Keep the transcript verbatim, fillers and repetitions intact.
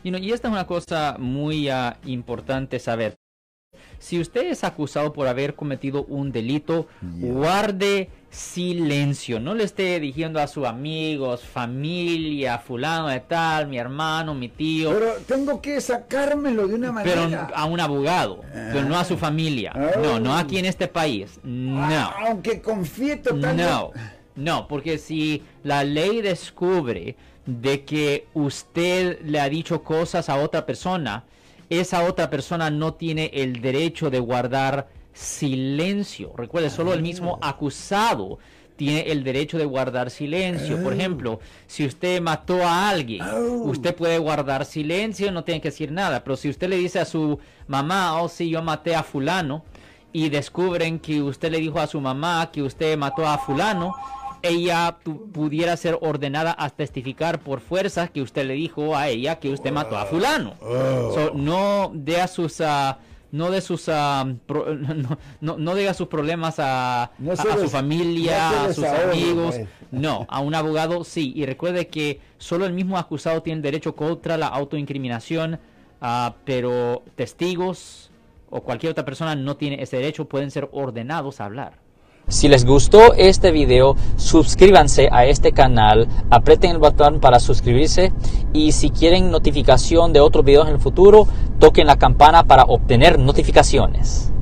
You know, y esta es una cosa muy uh, importante saber. Si usted es acusado por haber cometido un delito, yeah. guarde silencio. No le esté diciendo a sus amigos, familia, fulano de tal, mi hermano, mi tío. Pero tengo que sacármelo de una manera. Pero a un abogado, ah. pero no a su familia. Oh. No, no aquí en este país. No. Ah, aunque confíe totalmente. No, no, porque si la ley descubre de que usted le ha dicho cosas a otra persona, esa otra persona no tiene el derecho de guardar silencio. Recuerde, solo el mismo acusado tiene el derecho de guardar silencio. Por ejemplo, si usted mató a alguien, usted puede guardar silencio, no tiene que decir nada. Pero si usted le dice a su mamá, oh sí, yo maté a fulano, y descubren que usted le dijo a su mamá que usted mató a fulano, ella pudiera ser ordenada a testificar por fuerza que usted le dijo a ella que usted mató a fulano. So, no dé a sus uh, no de sus uh, pro, no, no, no diga sus problemas a, no a, a su familia, no a sus amigos. No, a un abogado sí. Y recuerde que solo el mismo acusado tiene derecho contra la autoincriminación, uh, pero testigos o cualquier otra persona no tiene ese derecho, pueden ser ordenados a hablar. Si les gustó este video, suscríbanse a este canal, aprieten el botón para suscribirse y si quieren notificación de otros videos en el futuro, toquen la campana para obtener notificaciones.